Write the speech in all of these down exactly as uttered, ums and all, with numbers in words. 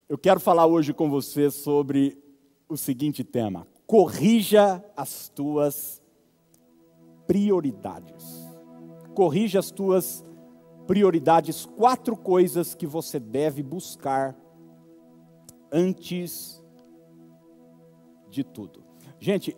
Eu quero falar hoje com você sobre o seguinte tema: corrija as tuas prioridades. Corrija as tuas prioridades. Quatro coisas que você deve buscar antes de tudo. Gente,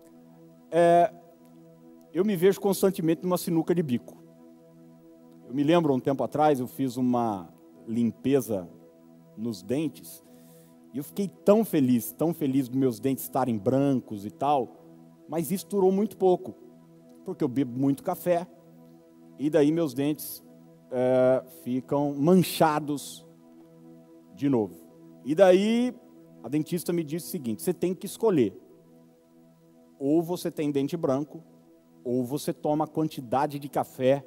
é, eu me vejo constantemente numa sinuca de bico. Eu me lembro, um tempo atrás, eu fiz uma limpeza nos dentes, e eu fiquei tão feliz, tão feliz dos meus dentes estarem brancos e tal, mas isso durou muito pouco, porque eu bebo muito café, e daí meus dentes é, ficam manchados de novo. E daí a dentista me disse o seguinte: você tem que escolher, ou você tem dente branco, ou você toma a quantidade de café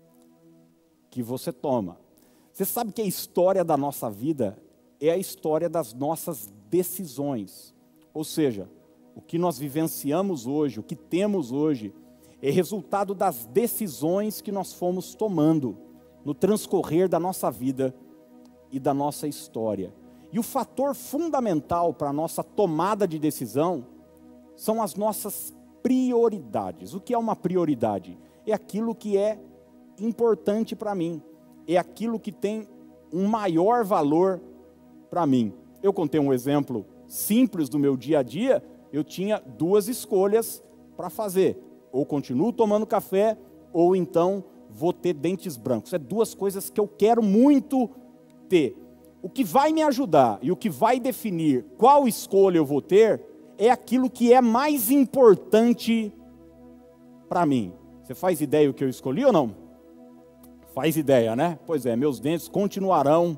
que você toma. Você sabe que a história da nossa vida é a história das nossas decisões. Ou seja, o que nós vivenciamos hoje, o que temos hoje, é resultado das decisões que nós fomos tomando no transcorrer da nossa vida e da nossa história. E o fator fundamental para a nossa tomada de decisão são as nossas prioridades. O que é uma prioridade? É aquilo que é importante para mim. É aquilo que tem um maior valor para mim. Eu contei um exemplo simples do meu dia a dia. Eu tinha duas escolhas para fazer: ou continuo tomando café, ou então vou ter dentes brancos. É duas coisas que eu quero muito ter. O que vai me ajudar e o que vai definir qual escolha eu vou ter é aquilo que é mais importante para mim. Você faz ideia do que eu escolhi ou não? Faz ideia, né? Pois é, meus dentes continuarão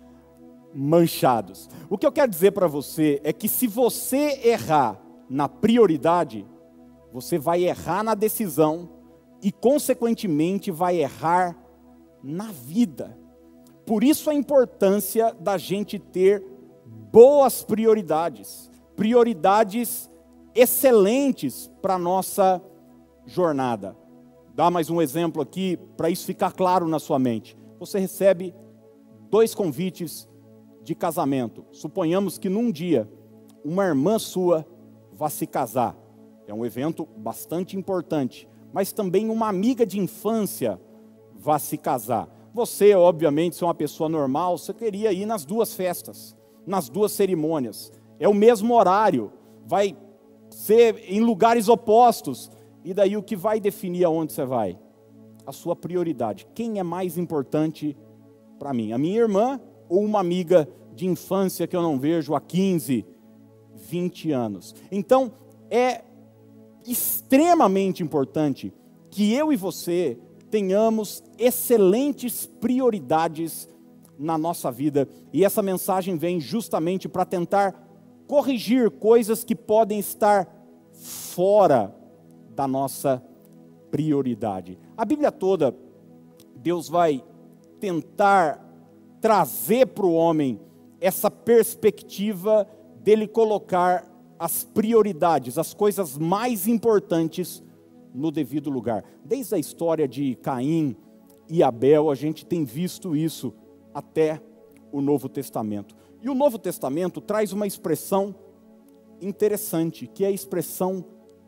manchados. O que eu quero dizer para você é que se você errar na prioridade, você vai errar na decisão e, consequentemente, vai errar na vida. Por isso a importância da gente ter boas prioridades, prioridades excelentes para a nossa jornada. Dá mais um exemplo aqui, para isso ficar claro na sua mente. Você recebe dois convites de casamento. Suponhamos que num dia, uma irmã sua vá se casar. É um evento bastante importante. Mas também uma amiga de infância vá se casar. Você, obviamente, se é uma pessoa normal, você queria ir nas duas festas, nas duas cerimônias. É o mesmo horário, vai ser em lugares opostos. E daí o que vai definir aonde você vai? A sua prioridade. Quem é mais importante para mim? A minha irmã ou uma amiga de infância que eu não vejo há quinze, vinte anos? Então, é extremamente importante que eu e você tenhamos excelentes prioridades na nossa vida. E essa mensagem vem justamente para tentar corrigir coisas que podem estar fora da nossa prioridade. A Bíblia toda, Deus vai tentar trazer para o homem essa perspectiva dele colocar as prioridades, as coisas mais importantes no devido lugar. Desde a história de Caim e Abel, a gente tem visto isso até o Novo Testamento. E o Novo Testamento traz uma expressão interessante, que é a expressão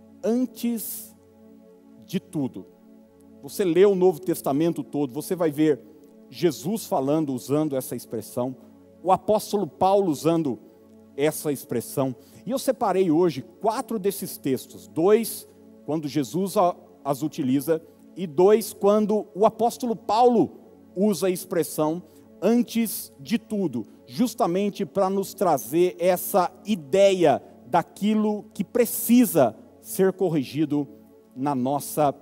antes de tudo. Você lê o Novo Testamento todo, você vai ver Jesus falando, usando essa expressão, o apóstolo Paulo usando essa expressão. E eu separei hoje quatro desses textos, dois quando Jesus as utiliza e dois quando o apóstolo Paulo usa a expressão antes de tudo, justamente para nos trazer essa ideia daquilo que precisa ser corrigido na nossa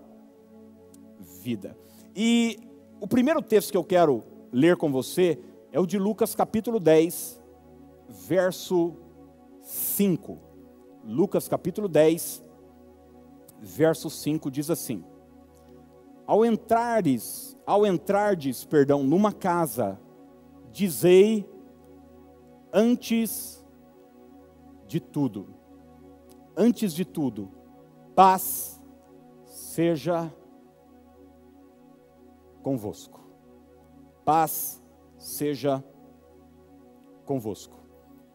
vida. E o primeiro texto que eu quero ler com você é o de Lucas capítulo dez, verso cinco. Lucas capítulo dez, verso cinco diz assim: Ao entrares, ao entrardes, perdão, numa casa, dizei antes de tudo, antes de tudo, paz seja convosco. Paz seja convosco.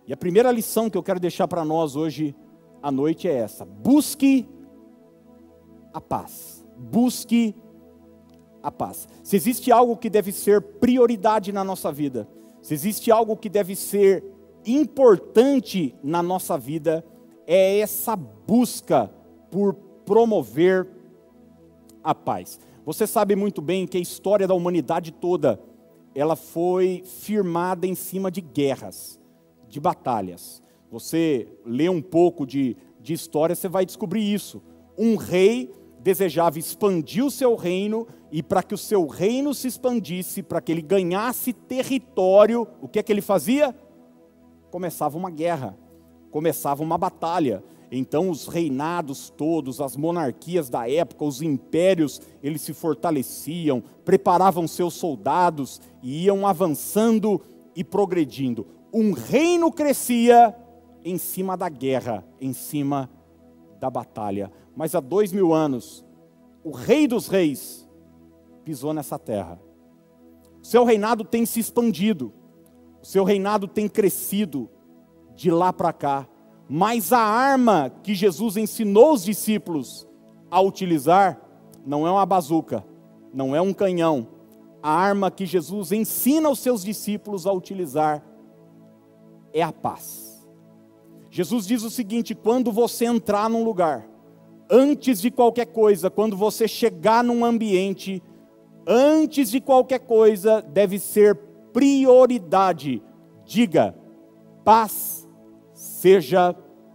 E a primeira lição que eu quero deixar para nós hoje à noite é essa: busque a paz. Busque a paz. Se existe algo que deve ser prioridade na nossa vida, se existe algo que deve ser importante na nossa vida, é essa busca por promover a paz. Você sabe muito bem que a história da humanidade toda, ela foi firmada em cima de guerras, de batalhas. Você lê um pouco de, de história, você vai descobrir isso. Um rei desejava expandir o seu reino, e para que o seu reino se expandisse, para que ele ganhasse território, o que é que ele fazia? Começava uma guerra, começava uma batalha. Então os reinados todos, as monarquias da época, os impérios, eles se fortaleciam, preparavam seus soldados e iam avançando e progredindo. Um reino crescia em cima da guerra, em cima da batalha. Mas há dois mil anos, o Rei dos Reis pisou nessa terra. O seu reinado tem se expandido, o seu reinado tem crescido de lá para cá. Mas a arma que Jesus ensinou os discípulos a utilizar não é uma bazuca, não é um canhão. A arma que Jesus ensina os seus discípulos a utilizar é a paz. Jesus diz o seguinte: quando você entrar num lugar, antes de qualquer coisa, quando você chegar num ambiente, antes de qualquer coisa, deve ser prioridade. Diga: paz seja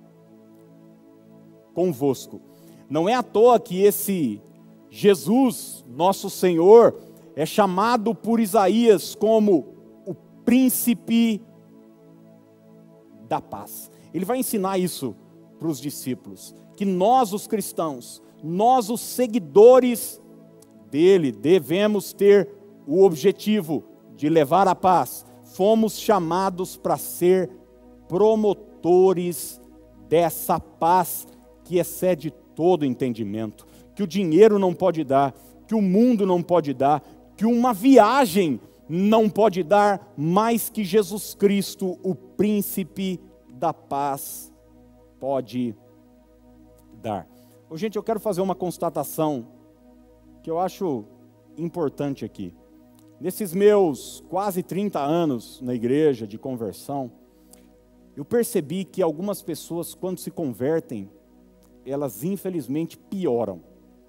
convosco. Não é à toa que esse Jesus, nosso Senhor, é chamado por Isaías como o príncipe da paz. Ele vai ensinar isso para os discípulos, que nós, os cristãos, nós, os seguidores dele, devemos ter o objetivo de levar a paz. Fomos chamados para ser promotores dessa paz que excede todo entendimento, que o dinheiro não pode dar, que o mundo não pode dar, que uma viagem não pode dar, mais que Jesus Cristo, o príncipe da paz, pode dar. Ô, gente, eu quero fazer uma constatação que eu acho importante aqui. Nesses meus quase trinta anos na igreja de conversão, eu percebi que algumas pessoas, quando se convertem, elas infelizmente pioram.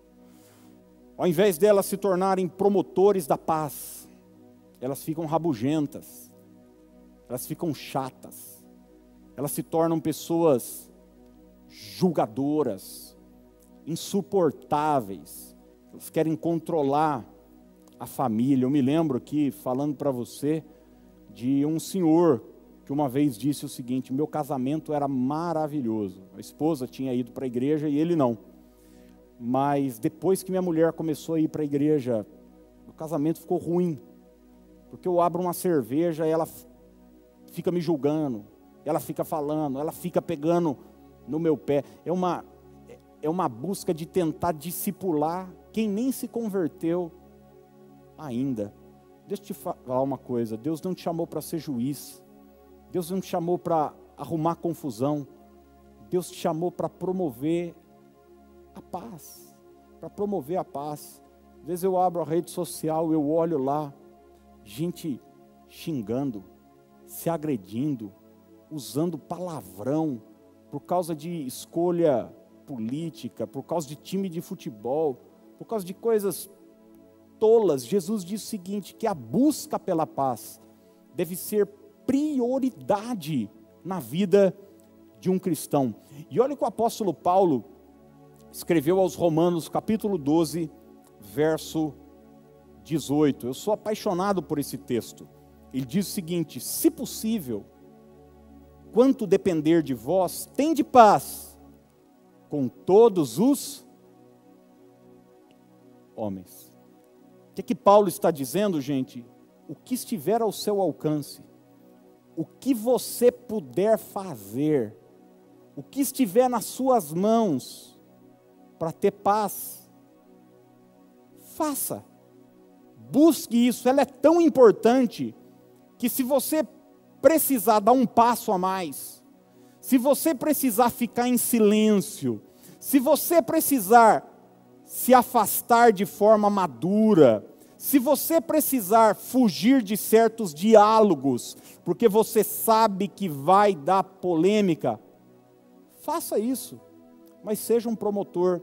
Ao invés delas se tornarem promotores da paz, elas ficam rabugentas, elas ficam chatas, elas se tornam pessoas julgadoras, insuportáveis, elas querem controlar a família. Eu me lembro aqui, falando para você, de um senhor que uma vez disse o seguinte: meu casamento era maravilhoso, a esposa tinha ido para a igreja e ele não, mas depois que minha mulher começou a ir para a igreja, o casamento ficou ruim, porque eu abro uma cerveja e ela fica me julgando, ela fica falando, ela fica pegando no meu pé. É uma, é uma busca de tentar discipular quem nem se converteu ainda. Deixa eu te falar uma coisa: Deus não te chamou para ser juiz, Deus não te chamou para arrumar confusão, Deus te chamou para promover a paz, para promover a paz. Às vezes eu abro a rede social, eu olho lá, gente xingando, se agredindo, usando palavrão, por causa de escolha política, por causa de time de futebol, por causa de coisas tolas. Jesus diz o seguinte, que a busca pela paz deve ser prioridade na vida de um cristão. E olha o que o apóstolo Paulo escreveu aos Romanos, capítulo doze, verso dezoito. Eu sou apaixonado por esse texto. Ele diz o seguinte: se possível, quanto depender de vós, tende paz com todos os homens. O que é que Paulo está dizendo, gente? O que estiver ao seu alcance, o que você puder fazer, o que estiver nas suas mãos para ter paz, faça, busque isso. Ela é tão importante que, se você precisar dar um passo a mais, se você precisar ficar em silêncio, se você precisar se afastar de forma madura, se você precisar fugir de certos diálogos, porque você sabe que vai dar polêmica, faça isso, mas seja um promotor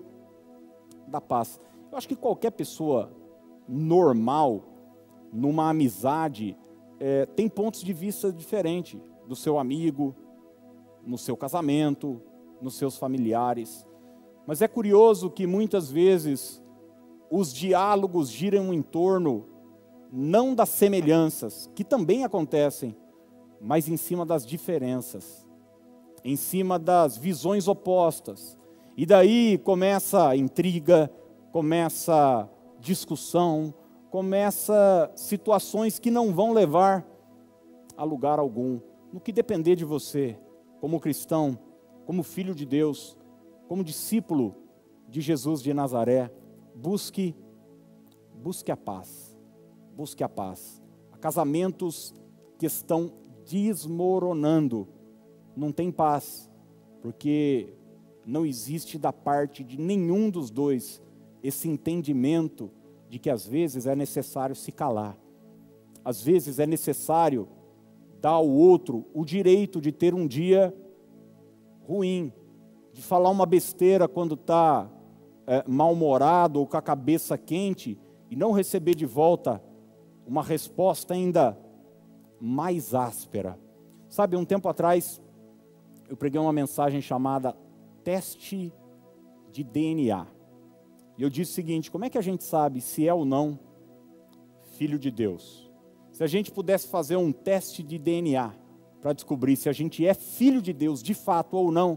da paz. Eu acho que qualquer pessoa normal, numa amizade, é, tem pontos de vista diferentes do seu amigo, no seu casamento, nos seus familiares. Mas é curioso que muitas vezes os diálogos giram em torno não das semelhanças, que também acontecem, mas em cima das diferenças, em cima das visões opostas. E daí começa a intriga, começa a discussão, começa situações que não vão levar a lugar algum. No que depender de você, como cristão, como filho de Deus, como discípulo de Jesus de Nazaré, busque, busque a paz, busque a paz. Há casamentos que estão desmoronando, não tem paz, porque não existe da parte de nenhum dos dois esse entendimento de que às vezes é necessário se calar, às vezes é necessário dar ao outro o direito de ter um dia ruim, de falar uma besteira quando está é, mal-humorado ou com a cabeça quente e não receber de volta uma resposta ainda mais áspera. Sabe, um tempo atrás eu preguei uma mensagem chamada Teste de D N A. E eu disse o seguinte: como é que a gente sabe se é ou não filho de Deus? Se a gente pudesse fazer um teste de D N A para descobrir se a gente é filho de Deus de fato ou não,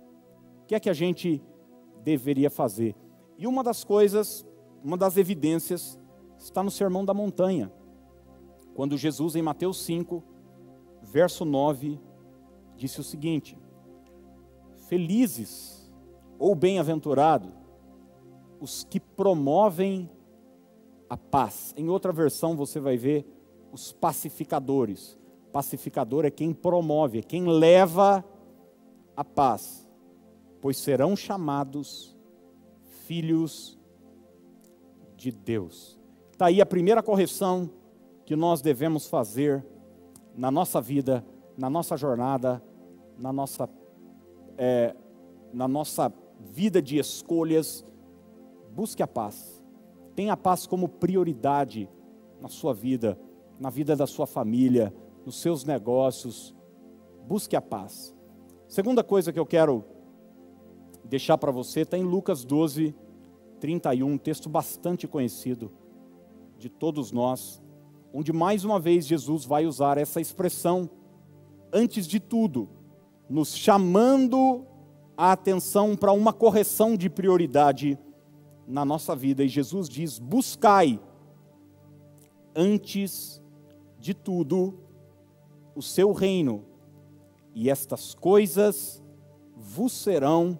o que é que a gente deveria fazer? E uma das coisas, uma das evidências, está no Sermão da Montanha, quando Jesus, em Mateus cinco, verso nove, disse o seguinte: felizes ou bem-aventurados os que promovem a paz. Em outra versão você vai ver os pacificadores. Pacificador é quem promove, é quem leva a paz, pois serão chamados filhos de Deus. Está aí a primeira correção que nós devemos fazer na nossa vida, na nossa jornada, na nossa, é, na nossa vida de escolhas. Busque a paz. Tenha a paz como prioridade na sua vida, na vida da sua família, nos seus negócios. Busque a paz. Segunda coisa que eu quero deixar para você está em Lucas doze, trinta e um, um texto bastante conhecido de todos nós, onde mais uma vez Jesus vai usar essa expressão, antes de tudo, nos chamando a atenção para uma correção de prioridade na nossa vida. E Jesus diz: buscai antes de tudo o seu reino, e estas coisas vos serão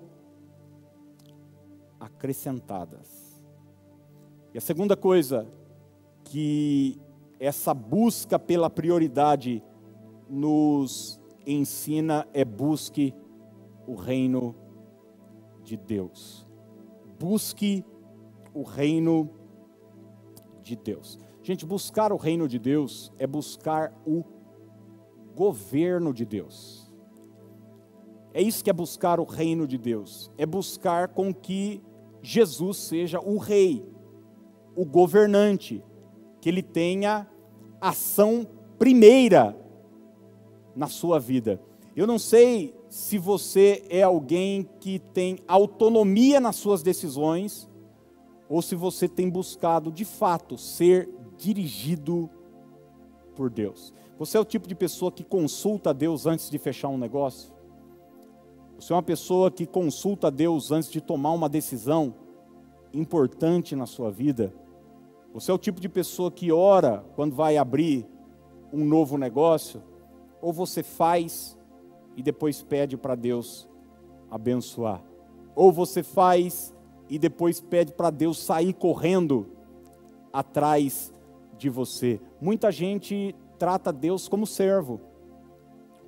acrescentadas. E a segunda coisa que essa busca pela prioridade nos ensina é: busque o reino de Deus. Busque o reino de Deus. Gente, buscar o reino de Deus é buscar o governo de Deus. É isso que é buscar o reino de Deus. É buscar com que Jesus seja o rei, o governante, que ele tenha ação primeira na sua vida. Eu não sei se você é alguém que tem autonomia nas suas decisões, ou se você tem buscado, de fato, ser dirigido por Deus. Você é o tipo de pessoa que consulta a Deus antes de fechar um negócio? Você é uma pessoa que consulta a Deus antes de tomar uma decisão importante na sua vida? Você é o tipo de pessoa que ora quando vai abrir um novo negócio? Ou você faz e depois pede para Deus abençoar? Ou você faz e depois pede para Deus sair correndo atrás de você? Muita gente trata Deus como servo,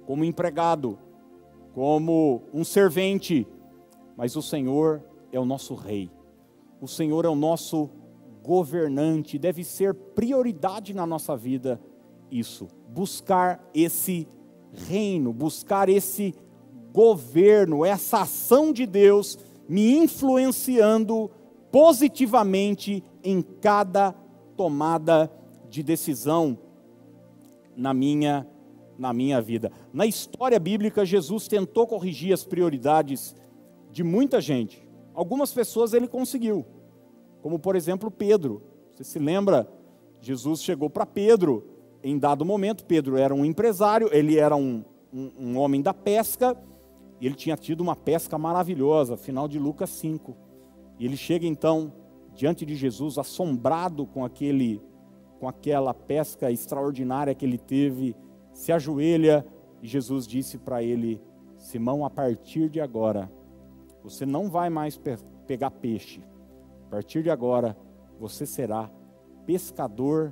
como empregado, como um servente, mas o Senhor é o nosso rei. O Senhor é o nosso governante. Deve ser prioridade na nossa vida isso, buscar esse reino, buscar esse governo, essa ação de Deus me influenciando positivamente em cada tomada de decisão na minha, na minha vida. Na história bíblica, Jesus tentou corrigir as prioridades de muita gente. Algumas pessoas ele conseguiu, como por exemplo Pedro. Você se lembra? Jesus chegou para Pedro em dado momento. Pedro era um empresário, ele era um, um, um homem da pesca, e ele tinha tido uma pesca maravilhosa, final de Lucas cinco. E ele chega então diante de Jesus, assombrado com, aquele, com aquela pesca extraordinária que ele teve, se ajoelha, e Jesus disse para ele: Simão, a partir de agora, você não vai mais pe- pegar peixe, a partir de agora, você será pescador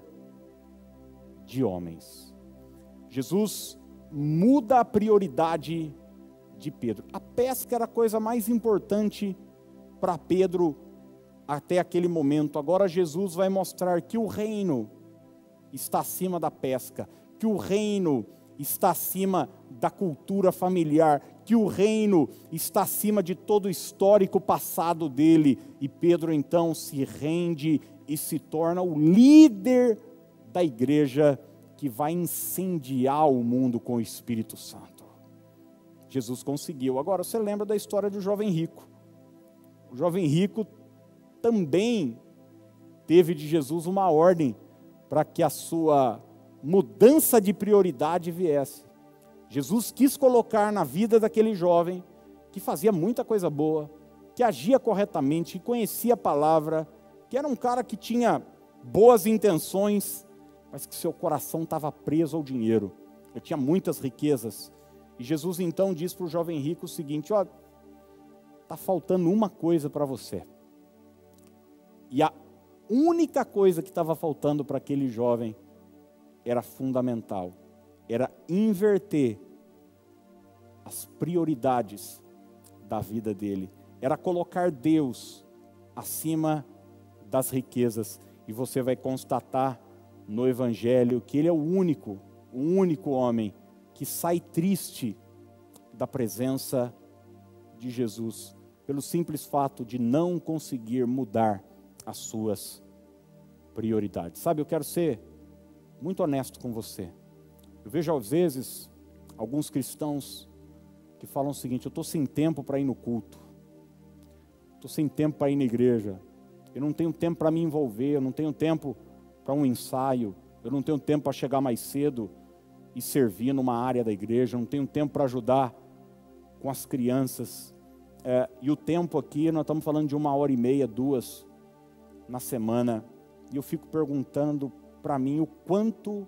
de homens. Jesus muda a prioridade de Pedro. A pesca era a coisa mais importante para Pedro até aquele momento. Agora Jesus vai mostrar que o reino está acima da pesca, que o reino está acima da cultura familiar, que o reino está acima de todo o histórico passado dele. E Pedro então se rende e se torna o líder da igreja que vai incendiar o mundo com o Espírito Santo. Jesus conseguiu. Agora você lembra da história do jovem rico. O jovem rico também teve de Jesus uma ordem para que a sua mudança de prioridade viesse. Jesus quis colocar na vida daquele jovem, que fazia muita coisa boa, que agia corretamente, que conhecia a palavra, que era um cara que tinha boas intenções, mas que seu coração estava preso ao dinheiro. Ele tinha muitas riquezas. E Jesus então diz para o jovem rico o seguinte: ó, está faltando uma coisa para você. E a única coisa que estava faltando para aquele jovem era fundamental, era inverter as prioridades da vida dele, era colocar Deus acima das riquezas. E você vai constatar no Evangelho que ele é o único, o único homem que sai triste da presença de Jesus, pelo simples fato de não conseguir mudar as suas prioridades. Sabe, eu quero ser muito honesto com você. Eu vejo às vezes alguns cristãos que falam o seguinte: eu estou sem tempo para ir no culto, estou sem tempo para ir na igreja, eu não tenho tempo para me envolver, eu não tenho tempo para um ensaio, eu não tenho tempo para chegar mais cedo e servir numa área da igreja, eu não tenho tempo para ajudar com as crianças. É, e o tempo aqui, nós estamos falando de uma hora e meia, duas na semana, e eu fico perguntando para mim o quanto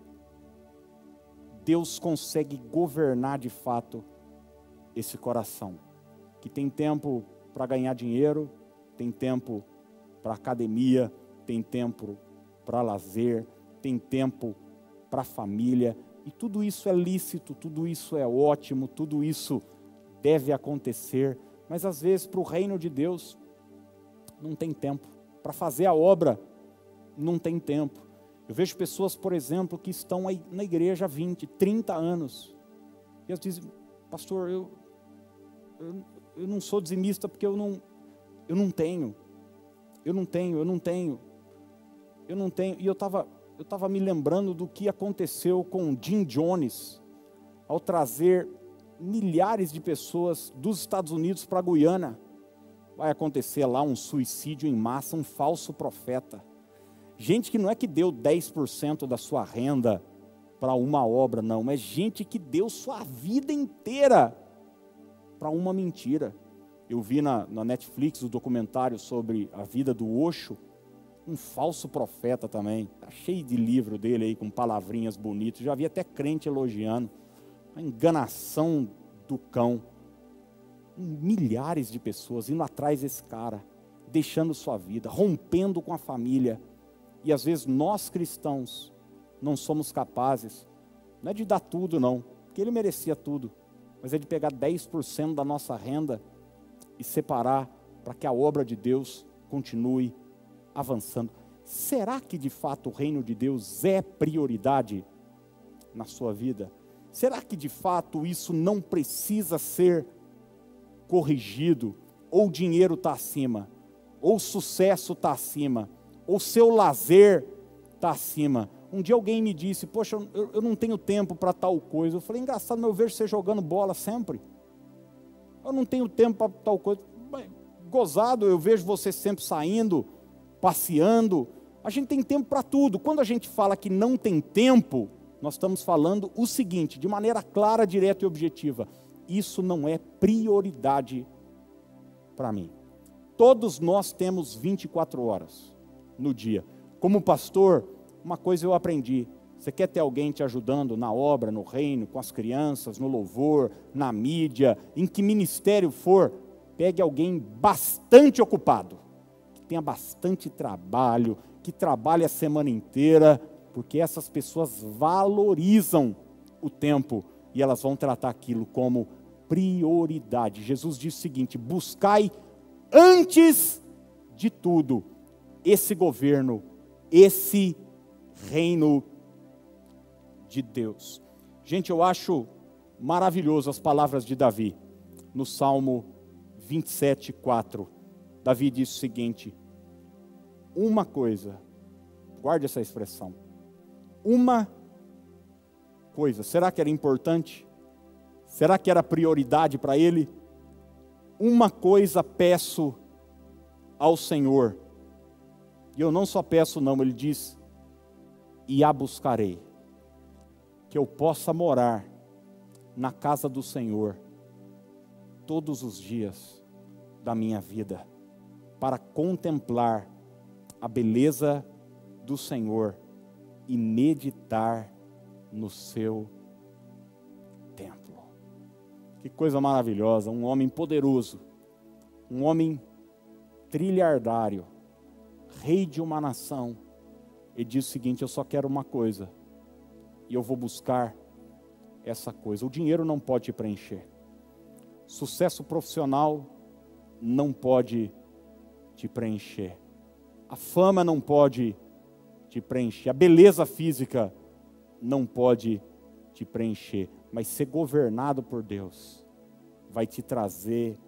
Deus consegue governar de fato esse coração, que tem tempo para ganhar dinheiro, tem tempo para academia, tem tempo para lazer, tem tempo para família, e tudo isso é lícito, tudo isso é ótimo, tudo isso deve acontecer, mas às vezes para o reino de Deus não tem tempo, para fazer a obra não tem tempo. Eu vejo pessoas, por exemplo, que estão aí na igreja há vinte, trinta anos, e elas dizem: pastor, eu, eu, eu não sou dizimista porque eu não, eu não tenho, eu não tenho, eu não tenho, eu não tenho, e eu estava eu estava me lembrando do que aconteceu com Jim Jones, ao trazer milhares de pessoas dos Estados Unidos para a Guiana. Vai acontecer lá um suicídio em massa, um falso profeta. Gente que não é que deu dez por cento da sua renda para uma obra, não, mas gente que deu sua vida inteira para uma mentira. Eu vi na, na Netflix o documentário sobre a vida do Osho, um falso profeta também, está cheio de livro dele aí com palavrinhas bonitas, já vi até crente elogiando, a enganação do cão, milhares de pessoas indo atrás desse cara, deixando sua vida, rompendo com a família, e às vezes nós cristãos não somos capazes, não é de dar tudo não, que ele merecia tudo, mas é de pegar dez por cento da nossa renda e separar para que a obra de Deus continue avançando. Será que de fato o reino de Deus é prioridade na sua vida? Será que de fato isso não precisa ser corrigido? Ou o dinheiro está acima, ou o sucesso está acima, ou o seu lazer está acima? Um dia alguém me disse, poxa, eu, eu não tenho tempo para tal coisa. Eu falei, engraçado, mas eu vejo você jogando bola sempre. Eu não tenho tempo para tal coisa. Gozado, eu vejo você sempre saindo, passeando. A gente tem tempo para tudo. Quando a gente fala que não tem tempo, nós estamos falando o seguinte, de maneira clara, direta e objetiva: isso não é prioridade para mim. Todos nós temos vinte e quatro horas no dia. Como pastor, uma coisa eu aprendi: você quer ter alguém te ajudando na obra, no reino, com as crianças, no louvor, na mídia, em que ministério for, pegue alguém bastante ocupado, que tenha bastante trabalho, que trabalhe a semana inteira, porque essas pessoas valorizam o tempo e elas vão tratar aquilo como prioridade. Jesus disse o seguinte: buscai antes de tudo esse governo, esse reino de Deus. Gente, eu acho maravilhoso as palavras de Davi, no Salmo vinte e sete, quatro. Davi diz o seguinte: uma coisa, guarde essa expressão, uma coisa, será que era importante? Será que era prioridade para ele? Uma coisa peço ao Senhor, e eu não só peço não, ele diz, e a buscarei, que eu possa morar na casa do Senhor todos os dias da minha vida, para contemplar a beleza do Senhor e meditar no seu templo. Que coisa maravilhosa, um homem poderoso, um homem trilhardário, rei de uma nação. Ele diz o seguinte: eu só quero uma coisa, e eu vou buscar essa coisa. O dinheiro não pode te preencher, sucesso profissional não pode te preencher, a fama não pode te preencher, a beleza física não pode te preencher, mas ser governado por Deus vai te trazer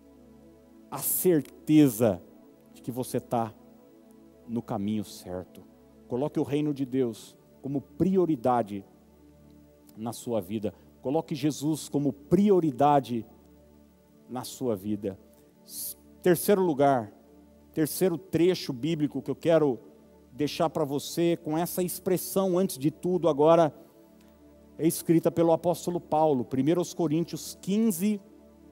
a certeza de que você está no caminho certo. Coloque o reino de Deus como prioridade na sua vida. Coloque Jesus como prioridade na sua vida. Terceiro lugar, terceiro trecho bíblico que eu quero deixar para você, com essa expressão, antes de tudo, agora, é escrita pelo apóstolo Paulo, primeiro aos Coríntios quinze,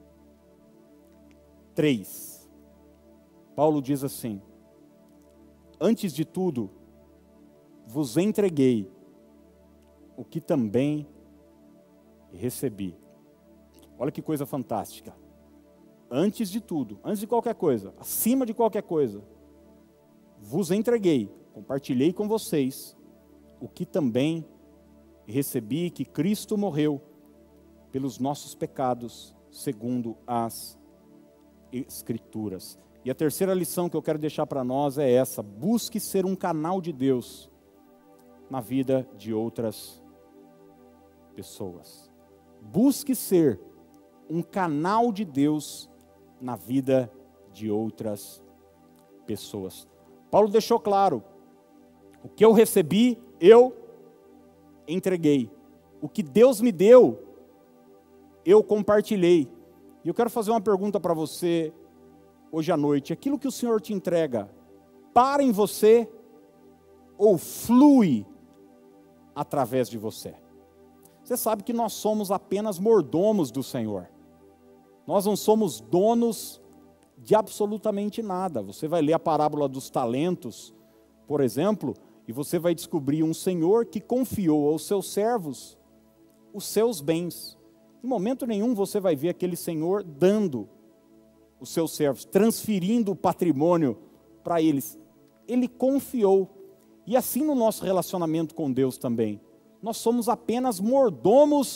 três. Paulo diz assim: antes de tudo, vos entreguei o que também recebi. Olha que coisa fantástica. Antes de tudo, antes de qualquer coisa, acima de qualquer coisa, vos entreguei, compartilhei com vocês o que também recebi, que Cristo morreu pelos nossos pecados, segundo as Escrituras. E a terceira lição que eu quero deixar para nós é essa: busque ser um canal de Deus na vida de outras pessoas. Busque ser um canal de Deus na vida de outras pessoas. Paulo deixou claro: o que eu recebi, eu entreguei. O que Deus me deu, eu compartilhei. E eu quero fazer uma pergunta para você hoje à noite: aquilo que o Senhor te entrega, para em você ou flui através de você? Você sabe que nós somos apenas mordomos do Senhor. Nós não somos donos de absolutamente nada. Você vai ler a parábola dos talentos, por exemplo, e você vai descobrir um Senhor que confiou aos seus servos os seus bens. Em momento nenhum você vai ver aquele Senhor dando os seus servos, transferindo o patrimônio para eles. Ele confiou. E assim no nosso relacionamento com Deus também. Nós somos apenas mordomos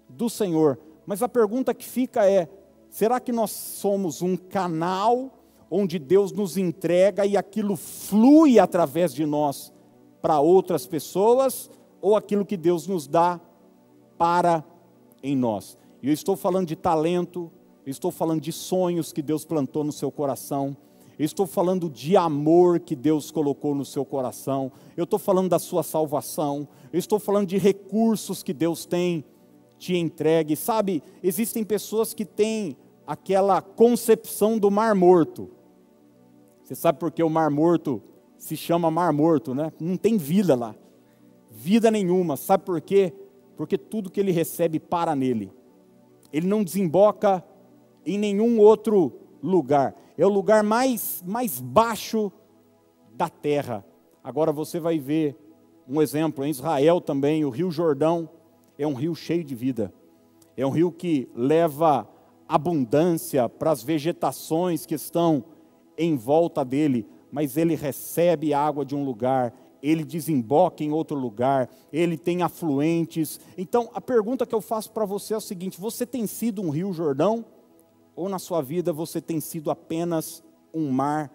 do Senhor. Mas a pergunta que fica é, será que nós somos um canal onde Deus nos entrega e aquilo flui através de nós para outras pessoas, ou aquilo que Deus nos dá para em nós? E eu estou falando de talento, eu estou falando de sonhos que Deus plantou no seu coração, eu estou falando de amor que Deus colocou no seu coração, eu estou falando da sua salvação, eu estou falando de recursos que Deus tem te entregue. Sabe, existem pessoas que têm aquela concepção do mar morto. Você sabe por que o mar morto se chama mar morto, né? Não tem vida lá, vida nenhuma. Sabe por quê? Porque tudo que ele recebe para nele. Ele não desemboca em nenhum outro lugar. É o lugar mais, mais baixo da terra. Agora você vai ver um exemplo em Israel também, o Rio Jordão é um rio cheio de vida. É um rio que leva abundância para as vegetações que estão em volta dele, mas ele recebe água de um lugar, ele desemboca em outro lugar, ele tem afluentes. Então, a pergunta que eu faço para você é o seguinte: você tem sido um Rio Jordão? Ou na sua vida você tem sido apenas um mar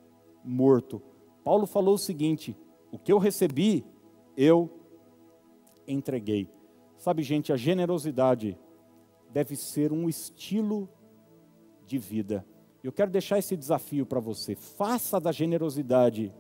morto? Paulo falou o seguinte: o que eu recebi, eu entreguei. Sabe, gente, a generosidade deve ser um estilo de vida. Eu quero deixar esse desafio para você. Faça da generosidade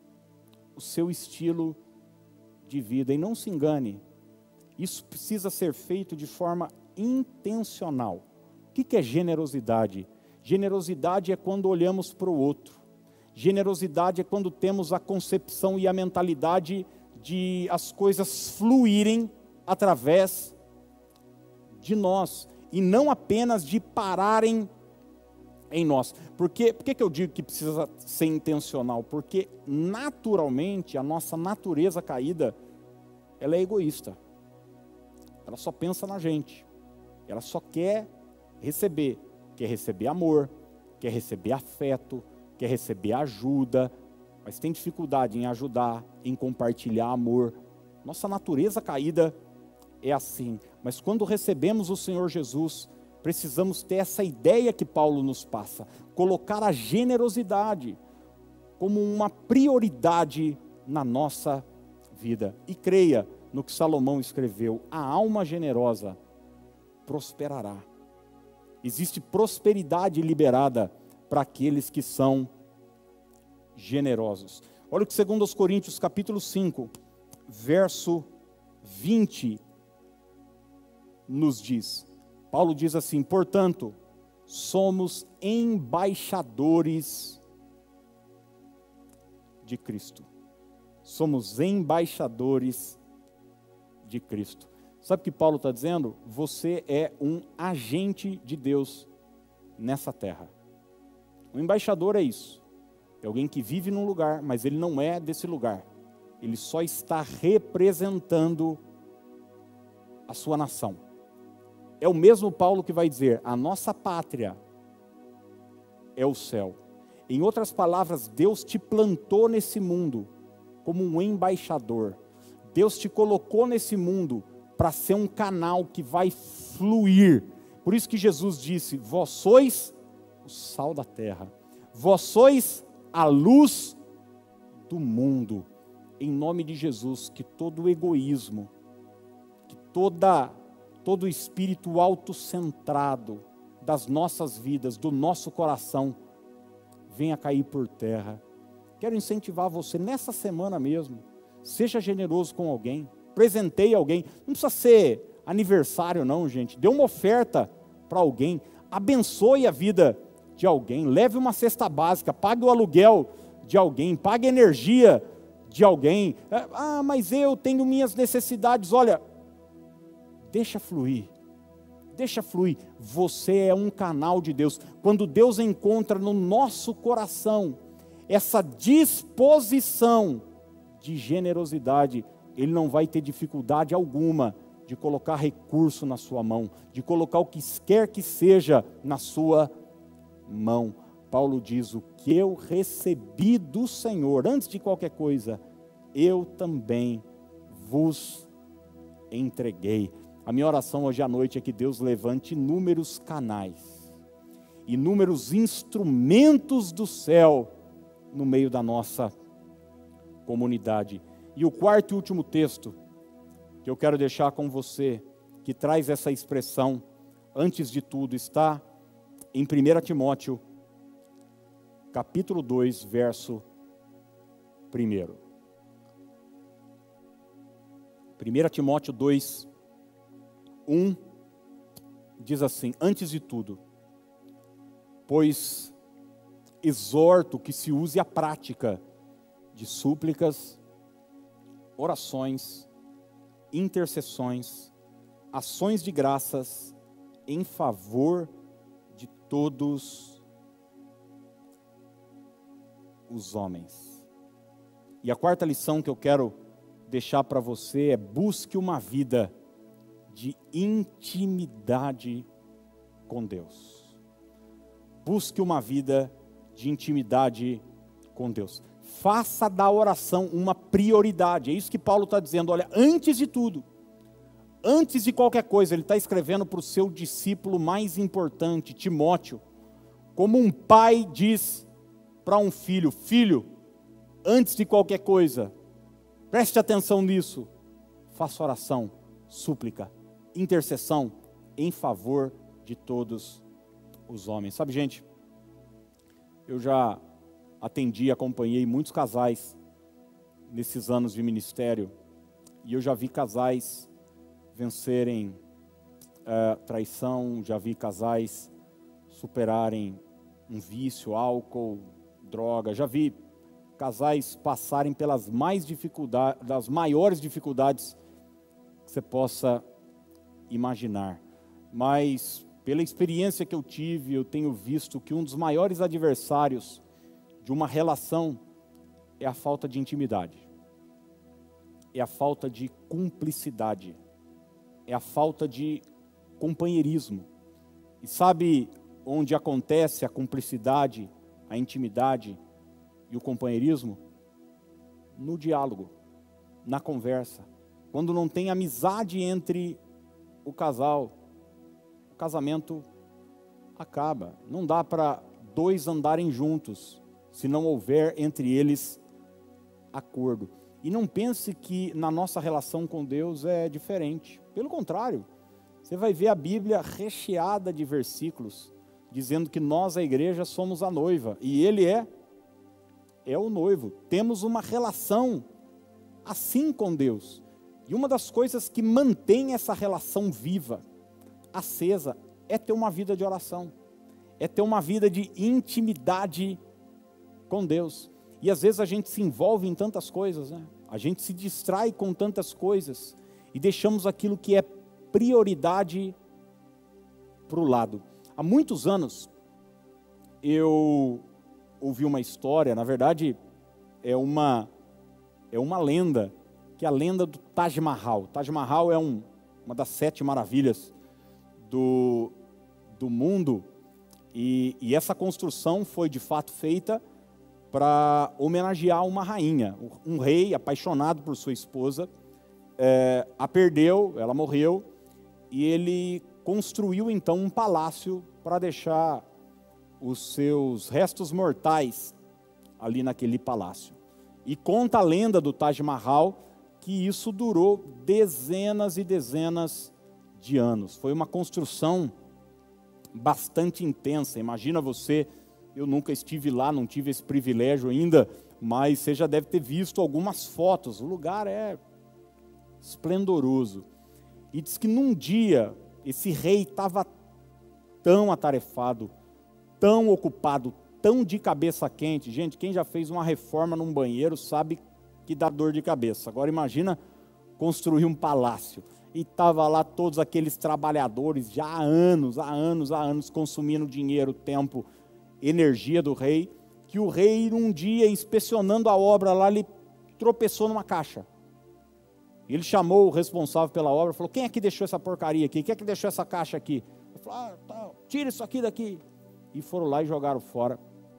o seu estilo de vida. E não se engane, isso precisa ser feito de forma intencional. O que é generosidade? Generosidade é quando olhamos para o outro. Generosidade é quando temos a concepção e a mentalidade de as coisas fluírem através de nós. E não apenas de pararem em nós. Por que, por que eu digo que precisa ser intencional? Porque naturalmente a nossa natureza caída, ela é egoísta. Ela só pensa na gente. Ela só quer receber. Quer receber amor, quer receber afeto, quer receber ajuda, mas tem dificuldade em ajudar, em compartilhar amor. Nossa natureza caída é assim. Mas quando recebemos o Senhor Jesus, precisamos ter essa ideia que Paulo nos passa, colocar a generosidade como uma prioridade na nossa vida. E creia no que Salomão escreveu: a alma generosa prosperará. Existe prosperidade liberada para aqueles que são generosos. Olha o que segundo aos Coríntios capítulo cinco, verso vinte nos diz. Paulo diz assim: portanto, somos embaixadores de Cristo. Somos embaixadores de Cristo. Sabe o que Paulo está dizendo? Você é um agente de Deus nessa terra. O embaixador é isso. É alguém que vive num lugar, mas ele não é desse lugar. Ele só está representando a sua nação. É o mesmo Paulo que vai dizer: a nossa pátria é o céu. Em outras palavras, Deus te plantou nesse mundo como um embaixador. Deus te colocou nesse mundo para ser um canal que vai fluir. Por isso que Jesus disse: vós sois o sal da terra, vós sois a luz do mundo. Em nome de Jesus, que todo egoísmo, que toda, todo espírito autocentrado das nossas vidas, do nosso coração, venha cair por terra. Quero incentivar você nessa semana mesmo, seja generoso com alguém, presenteie alguém. Não precisa ser aniversário não, gente. Dê uma oferta para alguém, abençoe a vida de alguém, leve uma cesta básica, pague o aluguel de alguém, pague a energia de alguém. Ah, mas eu tenho minhas necessidades. Olha, deixa fluir, deixa fluir. Você é um canal de Deus. Quando Deus encontra no nosso coração essa disposição de generosidade, Ele não vai ter dificuldade alguma de colocar recurso na sua mão, de colocar o que quer que seja na sua mão. Paulo diz: o que eu recebi do Senhor, antes de qualquer coisa, eu também vos entreguei. A minha oração hoje à noite é que Deus levante inúmeros canais, inúmeros instrumentos do céu no meio da nossa comunidade. E o quarto e último texto que eu quero deixar com você, que traz essa expressão, antes de tudo, está em primeira Timóteo, capítulo dois, verso um. primeira Timóteo dois, um, diz assim: antes de tudo, pois exorto que se use a prática de súplicas, orações, intercessões, ações de graças em favor de todos os homens. E a quarta lição que eu quero deixar para você é: busque uma vida de intimidade com Deus. Busque uma vida de intimidade com Deus. Faça da oração uma prioridade. É isso que Paulo está dizendo. Olha, antes de tudo, antes de qualquer coisa, ele está escrevendo para o seu discípulo mais importante, Timóteo, como um pai diz para um filho: filho, antes de qualquer coisa, preste atenção nisso, faça oração, súplica, intercessão em favor de todos os homens. Sabe, gente, eu já atendi, acompanhei muitos casais nesses anos de ministério, e eu já vi casais vencerem uh, traição, já vi casais superarem um vício, álcool, droga, já vi casais passarem pelas mais dificuldades, das maiores dificuldades que você possa imaginar. Mas pela experiência que eu tive, eu tenho visto que um dos maiores adversários de uma relação é a falta de intimidade, é a falta de cumplicidade, é a falta de companheirismo. E sabe onde acontece a cumplicidade, a intimidade e o companheirismo? No diálogo, na conversa. Quando não tem amizade entre o casal, o casamento acaba. Não dá para dois andarem juntos se não houver entre eles acordo. E não pense que na nossa relação com Deus é diferente. Pelo contrário, você vai ver a Bíblia recheada de versículos dizendo que nós, a igreja, somos a noiva e Ele é, é o noivo. Temos uma relação assim com Deus. E uma das coisas que mantém essa relação viva, acesa, é ter uma vida de oração, é ter uma vida de intimidade com Deus. E às vezes a gente se envolve em tantas coisas, né? A gente se distrai com tantas coisas e deixamos aquilo que é prioridade para o lado. Há muitos anos eu ouvi uma história, na verdade é uma, é uma lenda, que é a lenda do Taj Mahal. Taj Mahal é um, uma das sete maravilhas do, do mundo, e, e essa construção foi de fato feita para homenagear uma rainha. Um rei apaixonado por sua esposa, é, a perdeu, ela morreu, e ele construiu então um palácio para deixar os seus restos mortais ali naquele palácio. E conta a lenda do Taj Mahal que isso durou dezenas e dezenas de anos. Foi uma construção bastante intensa. Imagina você, eu nunca estive lá, não tive esse privilégio ainda, mas você já deve ter visto algumas fotos. O lugar é esplendoroso. E diz que num dia, esse rei estava tão atarefado, tão ocupado, tão de cabeça quente. Gente, quem já fez uma reforma num banheiro sabe que dá dor de cabeça. Agora imagina construir um palácio. E estava lá todos aqueles trabalhadores, já há anos, há anos, há anos, consumindo dinheiro, tempo, energia do rei, que o rei, um dia, inspecionando a obra lá, ele tropeçou numa caixa. Ele chamou o responsável pela obra, falou: quem é que deixou essa porcaria aqui? Quem é que deixou essa caixa aqui? Ele falou: ah, tá, tira isso aqui daqui. E foram lá e jogaram fora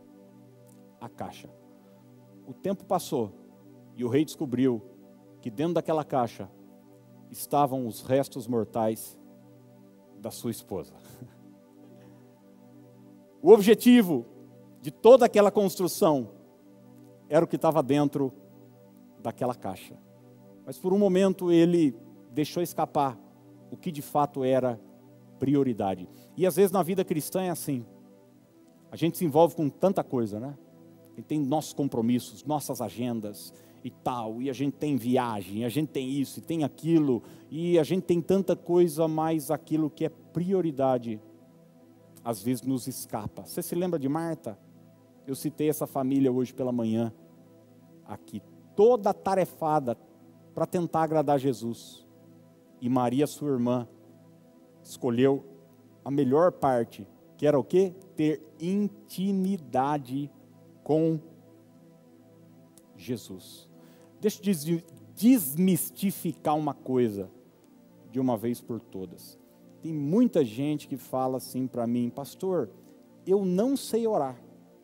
a caixa. O tempo passou e o rei descobriu que dentro daquela caixa estavam os restos mortais da sua esposa. O objetivo de toda aquela construção era o que estava dentro daquela caixa. Mas por um momento ele deixou escapar o que de fato era prioridade. E às vezes na vida cristã é assim. A gente se envolve com tanta coisa, né? A gente tem nossos compromissos, nossas agendas e tal, e a gente tem viagem, a gente tem isso e tem aquilo, e a gente tem tanta coisa, mas aquilo que é prioridade, às vezes nos escapa. Você se lembra de Marta? Eu citei essa família hoje pela manhã, aqui, toda tarefada para tentar agradar Jesus. E Maria, sua irmã, escolheu a melhor parte, que era o quê? Ter intimidade com Jesus. Deixa eu desmistificar uma coisa de uma vez por todas. Tem muita gente que fala assim para mim, pastor, eu não sei orar.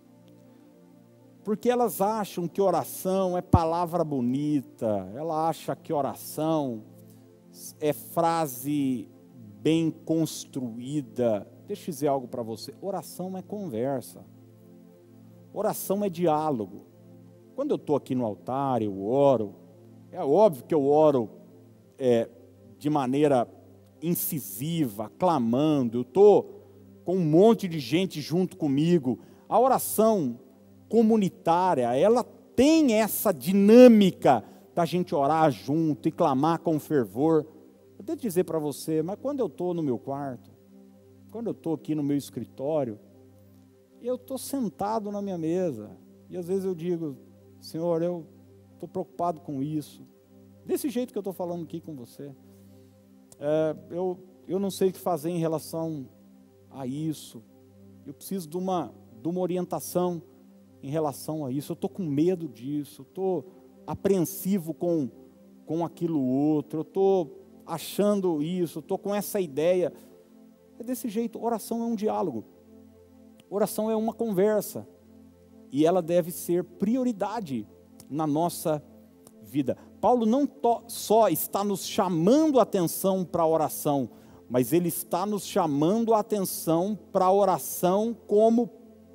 Porque elas acham que oração é palavra bonita, ela acha que oração é frase bem construída. Deixa eu dizer algo para você, oração é conversa, oração é diálogo. Quando eu estou aqui no altar, eu oro, é óbvio que eu oro é, de maneira incisiva, clamando, eu estou com um monte de gente junto comigo. A oração comunitária, ela tem essa dinâmica da gente orar junto e clamar com fervor. Eu devo dizer para você, mas quando eu estou no meu quarto, quando eu estou aqui no meu escritório, eu estou sentado na minha mesa, e às vezes eu digo, Senhor, eu estou preocupado com isso, desse jeito que eu estou falando aqui com você, é, eu, eu não sei o que fazer em relação a isso, eu preciso de uma, de uma orientação em relação a isso, eu estou com medo disso, eu estou apreensivo com, com aquilo outro, eu estou achando isso, eu estou com essa ideia. É desse jeito, oração é um diálogo, oração é uma conversa, e ela deve ser prioridade na nossa vida. Paulo não to, só está nos chamando a atenção para a oração, mas ele está nos chamando a atenção para a oração como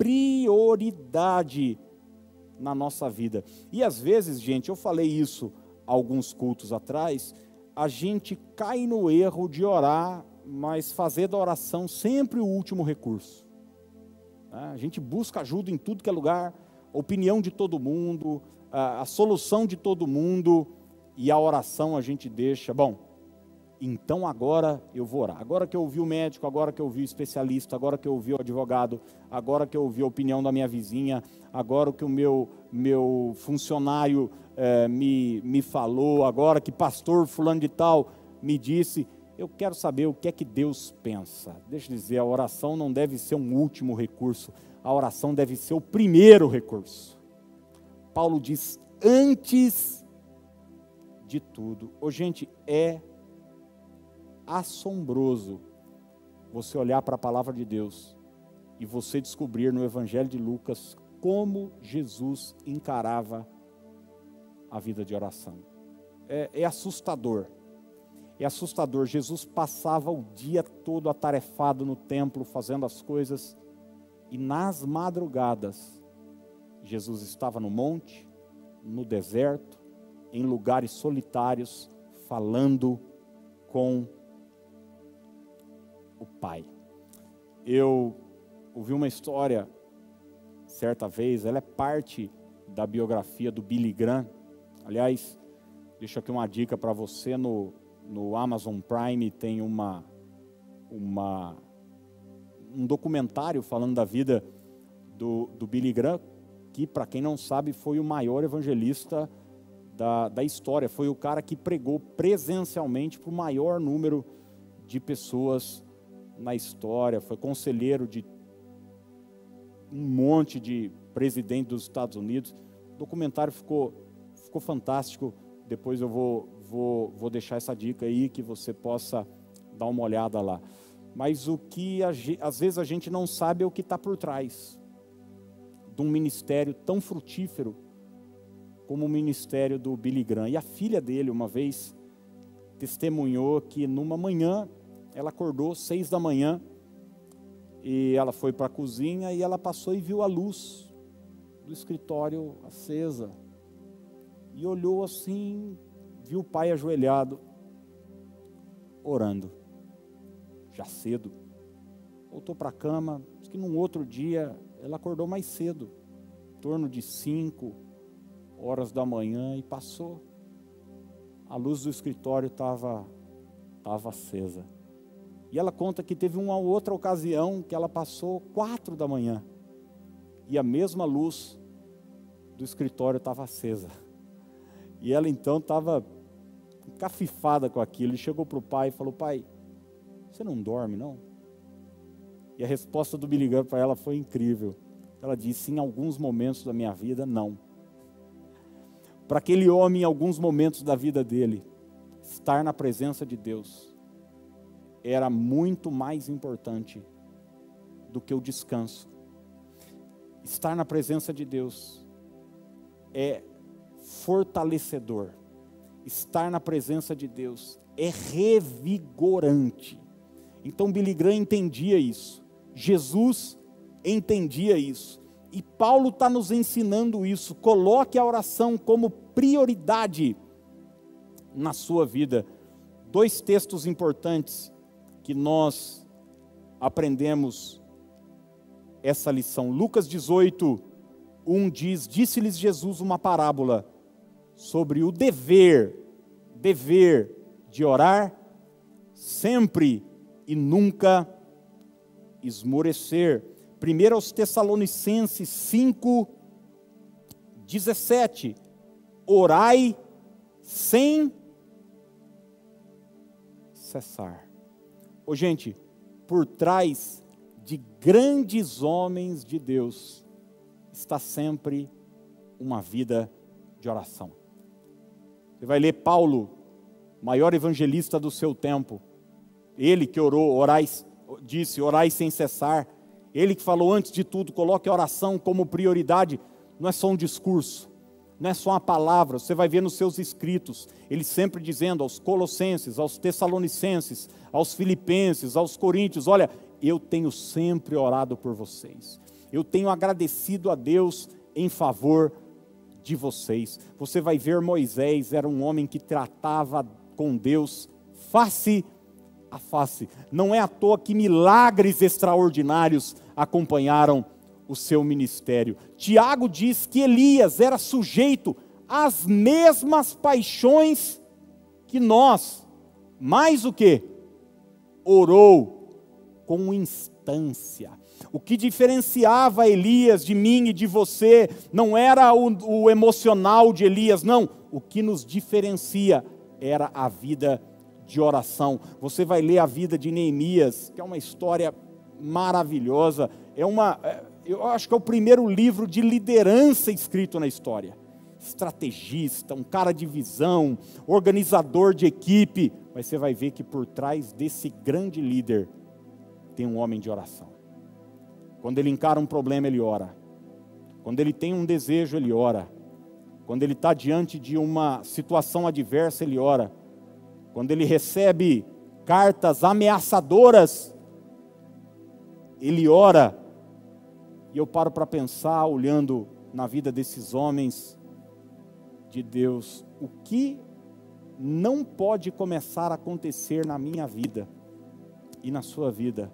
prioridade na nossa vida. E às vezes, gente, eu falei isso alguns cultos atrás, a gente cai no erro de orar, mas fazer da oração sempre o último recurso. A gente busca ajuda em tudo que é lugar, a opinião de todo mundo, a, a solução de todo mundo, e a oração a gente deixa, bom, então agora eu vou orar. Agora que eu ouvi o médico, agora que eu ouvi o especialista, agora que eu ouvi o advogado, agora que eu ouvi a opinião da minha vizinha, agora que o meu, meu funcionário eh, me, me falou, agora que pastor fulano de tal me disse, eu quero saber o que é que Deus pensa. Deixa eu dizer, a oração não deve ser um último recurso, a oração deve ser o primeiro recurso. Paulo diz, antes de tudo. Ô, gente, é assombroso você olhar para a palavra de Deus e você descobrir no Evangelho de Lucas como Jesus encarava a vida de oração. É, é assustador. É assustador. Jesus passava o dia todo atarefado no templo, fazendo as coisas, e nas madrugadas, Jesus estava no monte, no deserto, em lugares solitários, falando com o Pai. Eu ouvi uma história, certa vez, ela é parte da biografia do Billy Graham. Aliás, deixo aqui uma dica para você, no, no Amazon Prime tem uma, uma, um documentário falando da vida do, do Billy Graham, que, para quem não sabe, foi o maior evangelista da, da história, foi o cara que pregou presencialmente para o maior número de pessoas na história, foi conselheiro de um monte de presidente dos Estados Unidos. O documentário ficou, ficou fantástico. Depois eu vou, vou, vou deixar essa dica aí, que você possa dar uma olhada lá. Mas o que a, às vezes a gente não sabe é o que está por trás de um ministério tão frutífero como o ministério do Billy Graham. E a filha dele, uma vez, testemunhou que numa manhã, ela acordou seis da manhã, e ela foi para a cozinha e ela passou e viu a luz do escritório acesa. E olhou assim, viu o pai ajoelhado, orando, já cedo. Voltou para a cama, diz que num outro dia, ela acordou mais cedo, em torno de cinco horas da manhã, e passou. A luz do escritório estava estava acesa. E ela conta que teve uma outra ocasião que ela passou quatro da manhã, e a mesma luz do escritório estava acesa. E ela então estava encafifada com aquilo, e chegou para o pai e falou: pai, você não dorme não? E a resposta do Billy Graham para ela foi incrível. Ela disse: em alguns momentos da minha vida, não. Para aquele homem, em alguns momentos da vida dele, estar na presença de Deus era muito mais importante do que o descanso. Estar na presença de Deus é fortalecedor. Estar na presença de Deus é revigorante. Então Billy Graham entendia isso. Jesus entendia isso. E Paulo está nos ensinando isso. Coloque a oração como prioridade na sua vida. Dois textos importantes que nós aprendemos essa lição. Lucas dezoito, um diz: disse-lhes Jesus uma parábola sobre o dever, dever de orar sempre e nunca esmorecer. Primeiro aos Tessalonicenses cinco, dezessete, orai sem cessar. Ô gente, por trás de grandes homens de Deus, está sempre uma vida de oração. Você vai ler Paulo, maior evangelista do seu tempo, ele que orou, orai, disse, orai sem cessar. Ele que falou antes de tudo, coloque a oração como prioridade. Não é só um discurso, não é só uma palavra. Você vai ver nos seus escritos, ele sempre dizendo aos Colossenses, aos Tessalonicenses, aos Filipenses, aos Coríntios: olha, eu tenho sempre orado por vocês. Eu tenho agradecido a Deus em favor de vocês. Você vai ver Moisés, era um homem que tratava com Deus face a face. Não é à toa que milagres extraordinários acompanharam o seu ministério. Tiago diz que Elias era sujeito às mesmas paixões que nós. Mais o que? Orou com instância. O que diferenciava Elias de mim e de você não era o, o emocional de Elias, não. O que nos diferencia era a vida de oração. Você vai ler a vida de Neemias, que é uma história maravilhosa. É uma, eu acho que é o primeiro livro de liderança escrito na história. Estrategista, um cara de visão, organizador de equipe. Mas você vai ver que por trás desse grande líder tem um homem de oração. Quando ele encara um problema, ele ora. Quando ele tem um desejo, ele ora. Quando ele está diante de uma situação adversa, ele ora. Quando ele recebe cartas ameaçadoras, ele ora. E eu paro para pensar, olhando na vida desses homens de Deus, o que não pode começar a acontecer na minha vida e na sua vida,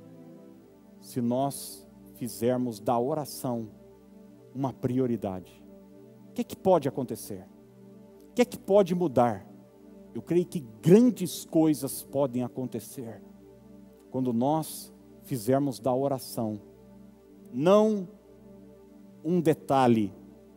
se nós fizermos da oração uma prioridade. O que é que pode acontecer? O que é que pode mudar? Eu creio que grandes coisas podem acontecer quando nós fizermos da oração não um detalhe,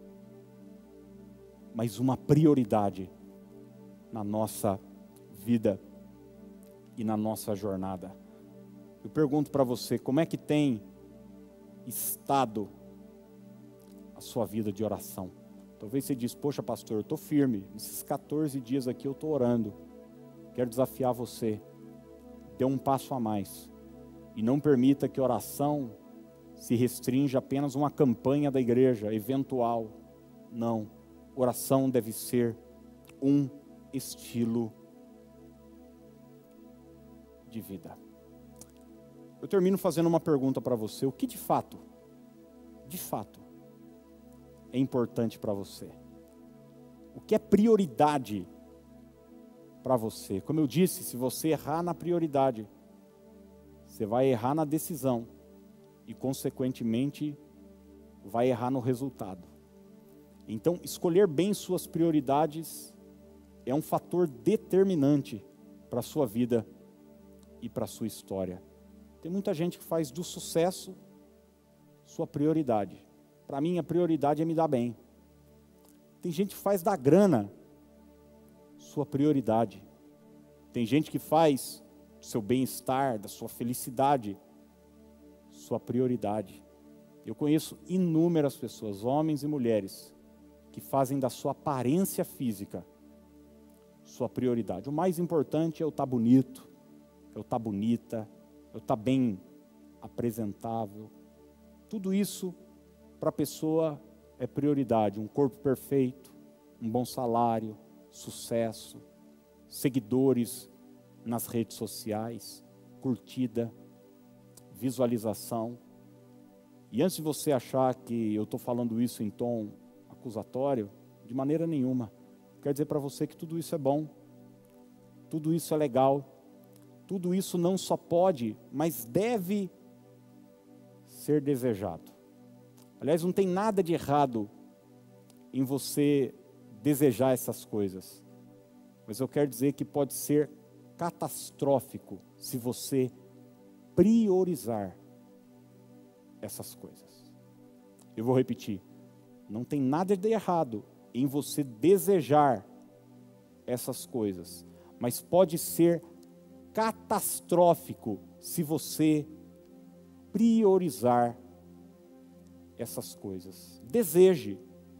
mas uma prioridade na nossa vida e na nossa jornada. Eu pergunto para você, como é que tem estado a sua vida de oração? Talvez você diz: poxa pastor, eu estou firme, nesses quatorze dias aqui eu estou orando. Quero desafiar você, dê um passo a mais, e não permita que a oração se restrinja apenas a uma campanha da igreja, eventual. Não, oração deve ser um estilo de vida. Eu termino fazendo uma pergunta para você: o que de fato, de fato, é importante para você? O que é prioridade para você? Como eu disse, se você errar na prioridade, você vai errar na decisão e, consequentemente, vai errar no resultado. Então, escolher bem suas prioridades é um fator determinante para a sua vida e para a sua história. Tem muita gente que faz do sucesso sua prioridade. Para mim, a prioridade é me dar bem. Tem gente que faz da grana sua prioridade. Tem gente que faz do seu bem-estar, da sua felicidade, sua prioridade. Eu conheço inúmeras pessoas, homens e mulheres, que fazem da sua aparência física sua prioridade. O mais importante é eu estar bonito, eu estar bonita, eu estar bem apresentável. Tudo isso para a pessoa é prioridade. Um corpo perfeito, um bom salário, sucesso, seguidores nas redes sociais, curtida, visualização. E antes de você achar que eu estou falando isso em tom acusatório, de maneira nenhuma. Quero dizer para você que tudo isso é bom, tudo isso é legal, tudo isso não só pode, mas deve ser desejado. Aliás, não tem nada de errado em você desejar essas coisas, mas eu quero dizer que pode ser catastrófico se você priorizar essas coisas. Eu vou repetir, não tem nada de errado em você desejar essas coisas, mas pode ser catastrófico se você priorizar essas coisas. Deseje,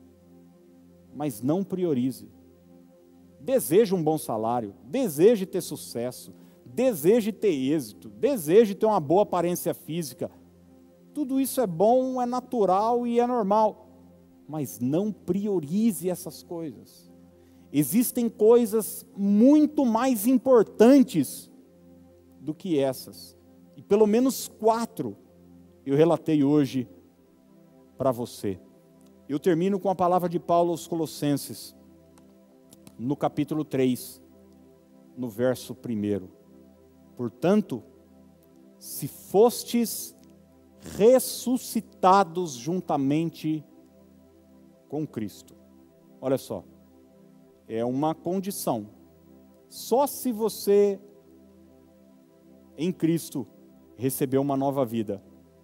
mas não priorize. Deseje um bom salário, deseje ter sucesso, deseje ter êxito, deseje ter uma boa aparência física. Tudo isso é bom, é natural e é normal. Mas não priorize essas coisas. Existem coisas muito mais importantes do que essas. E pelo menos quatro eu relatei hoje para você. Eu termino com a palavra de Paulo aos Colossenses, no capítulo três, no verso primeiro. Portanto, se fostes ressuscitados juntamente com Cristo. Olha só, é uma condição. Só se você, em Cristo, recebeu uma nova vida,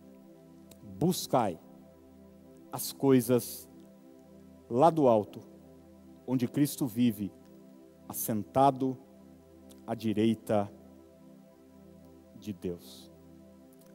buscai as coisas lá do alto, onde Cristo vive, assentado à direita de Deus.